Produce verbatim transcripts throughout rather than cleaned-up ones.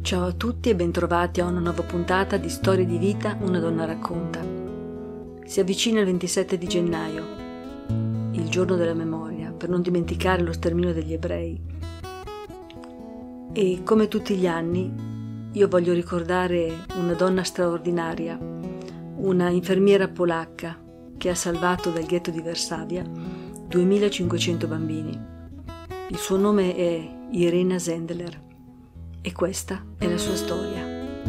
Ciao a tutti e bentrovati a una nuova puntata di Storie di vita, una donna racconta. Si avvicina il ventisette di gennaio, il giorno della memoria, per non dimenticare lo sterminio degli ebrei. E come tutti gli anni, io voglio ricordare una donna straordinaria, una infermiera polacca che ha salvato dal ghetto di Varsavia duemilacinquecento bambini. Il suo nome è Irena Zendler. E questa è la sua storia.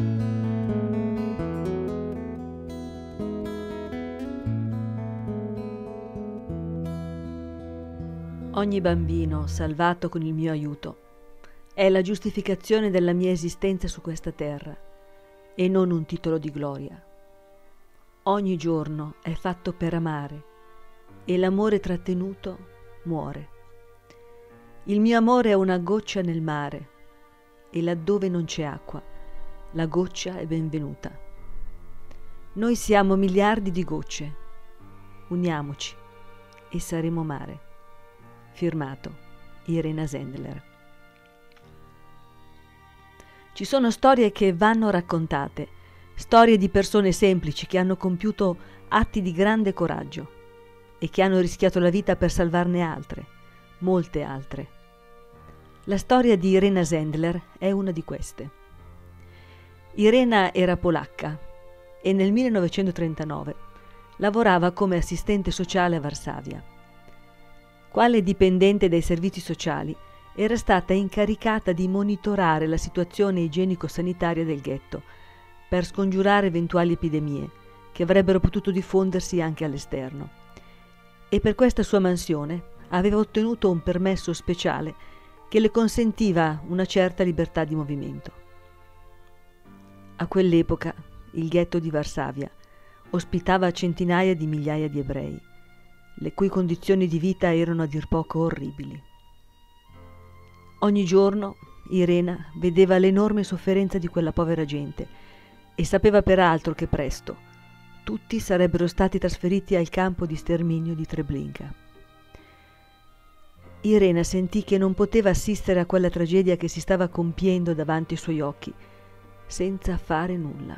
Ogni bambino salvato con il mio aiuto è la giustificazione della mia esistenza su questa terra e non un titolo di gloria. Ogni giorno è fatto per amare e l'amore trattenuto muore. Il mio amore è una goccia nel mare e laddove non c'è acqua, la goccia è benvenuta. Noi siamo miliardi di gocce. Uniamoci e saremo mare. Firmato Irena Zendler. Ci sono storie che vanno raccontate, storie di persone semplici che hanno compiuto atti di grande coraggio e che hanno rischiato la vita per salvarne altre, molte altre. La storia di Irena Zendler è una di queste. Irena era polacca e nel millenovecentotrentanove lavorava come assistente sociale a Varsavia. Quale dipendente dai servizi sociali era stata incaricata di monitorare la situazione igienico-sanitaria del ghetto per scongiurare eventuali epidemie che avrebbero potuto diffondersi anche all'esterno. E per questa sua mansione aveva ottenuto un permesso speciale che le consentiva una certa libertà di movimento. A quell'epoca il ghetto di Varsavia ospitava centinaia di migliaia di ebrei, le cui condizioni di vita erano a dir poco orribili. Ogni giorno Irena vedeva l'enorme sofferenza di quella povera gente e sapeva peraltro che presto tutti sarebbero stati trasferiti al campo di sterminio di Treblinka. Irena sentì che non poteva assistere a quella tragedia che si stava compiendo davanti ai suoi occhi, senza fare nulla.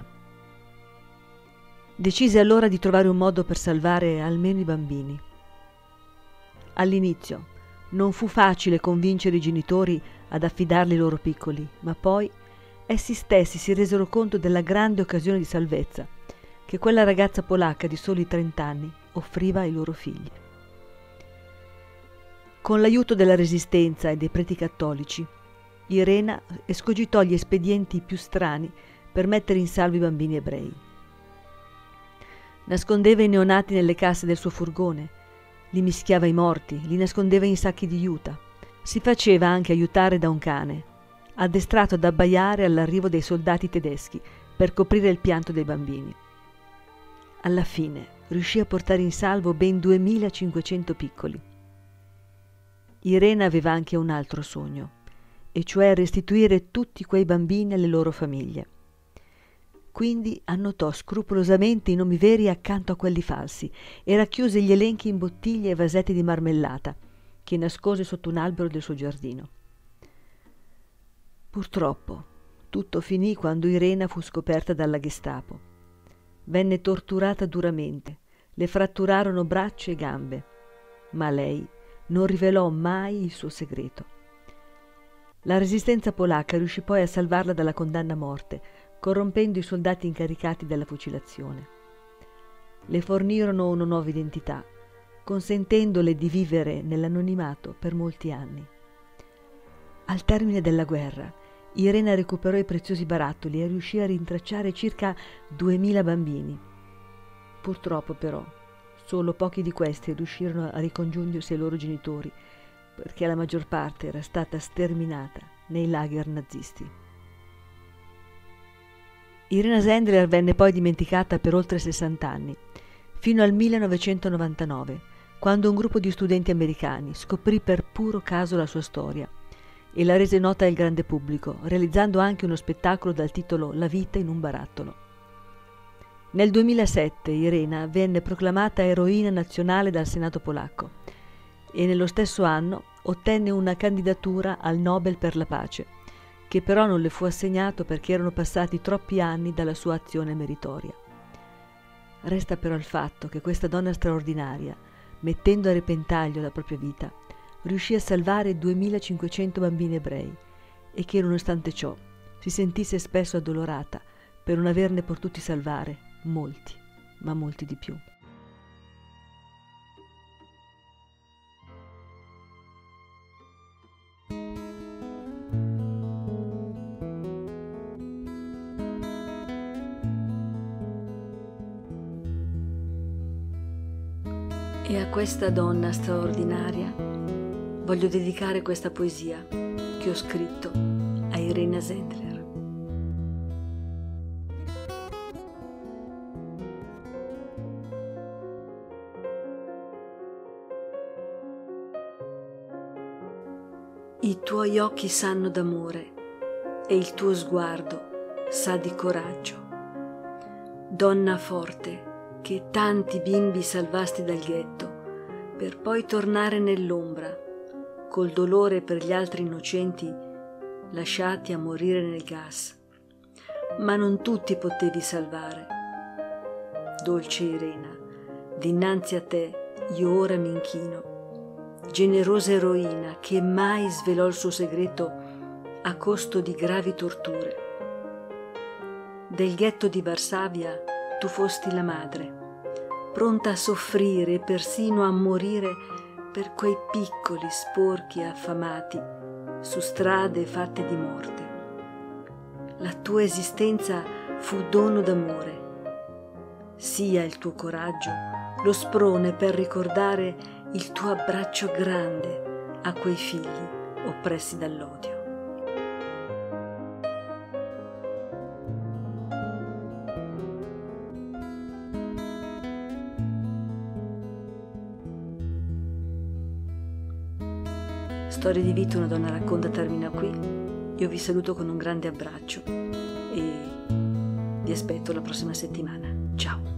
Decise allora di trovare un modo per salvare almeno i bambini. All'inizio non fu facile convincere i genitori ad affidarli i loro piccoli, ma poi essi stessi si resero conto della grande occasione di salvezza che quella ragazza polacca di soli trent'anni offriva ai loro figli. Con l'aiuto della Resistenza e dei preti cattolici, Irena escogitò gli espedienti più strani per mettere in salvo i bambini ebrei. Nascondeva i neonati nelle casse del suo furgone, li mischiava ai morti, li nascondeva in sacchi di juta. Si faceva anche aiutare da un cane, addestrato ad abbaiare all'arrivo dei soldati tedeschi per coprire il pianto dei bambini. Alla fine riuscì a portare in salvo ben duemilacinquecento piccoli. Irena aveva anche un altro sogno, e cioè restituire tutti quei bambini alle loro famiglie. Quindi annotò scrupolosamente i nomi veri accanto a quelli falsi e racchiuse gli elenchi in bottiglie e vasetti di marmellata, che nascose sotto un albero del suo giardino. Purtroppo, tutto finì quando Irena fu scoperta dalla Gestapo. Venne torturata duramente, le fratturarono braccia e gambe, ma lei non rivelò mai il suo segreto. La resistenza polacca riuscì poi a salvarla dalla condanna a morte, corrompendo i soldati incaricati della fucilazione. Le fornirono una nuova identità, consentendole di vivere nell'anonimato per molti anni. Al termine della guerra, Irena recuperò i preziosi barattoli e riuscì a rintracciare circa duemila bambini. Purtroppo però solo pochi di questi riuscirono a ricongiungersi ai loro genitori, perché la maggior parte era stata sterminata nei lager nazisti. Irena Zendler venne poi dimenticata per oltre sessanta anni, fino al millenovecentonovantanove, quando un gruppo di studenti americani scoprì per puro caso la sua storia e la rese nota al grande pubblico, realizzando anche uno spettacolo dal titolo La vita in un barattolo. Nel duemilasette Irena venne proclamata eroina nazionale dal Senato polacco e nello stesso anno ottenne una candidatura al Nobel per la pace, che però non le fu assegnato perché erano passati troppi anni dalla sua azione meritoria. Resta però il fatto che questa donna straordinaria, mettendo a repentaglio la propria vita, riuscì a salvare duemilacinquecento bambini ebrei e che, nonostante ciò, si sentisse spesso addolorata per non averne potuti salvare molti, ma molti di più. E a questa donna straordinaria voglio dedicare questa poesia che ho scritto a Irena Zendler. I tuoi occhi sanno d'amore e il tuo sguardo sa di coraggio. Donna forte, che tanti bimbi salvasti dal ghetto, per poi tornare nell'ombra, col dolore per gli altri innocenti lasciati a morire nel gas. Ma non tutti potevi salvare. Dolce Irena, dinanzi a te io ora mi inchino, generosa eroina che mai svelò il suo segreto a costo di gravi torture. Del ghetto di Varsavia tu fosti la madre, pronta a soffrire e persino a morire per quei piccoli, sporchi e affamati su strade fatte di morte. La tua esistenza fu dono d'amore. Sia il tuo coraggio lo sprone per ricordare il tuo abbraccio grande a quei figli oppressi dall'odio. Storia di vita, una donna racconta termina qui. Io vi saluto con un grande abbraccio e vi aspetto la prossima settimana. Ciao!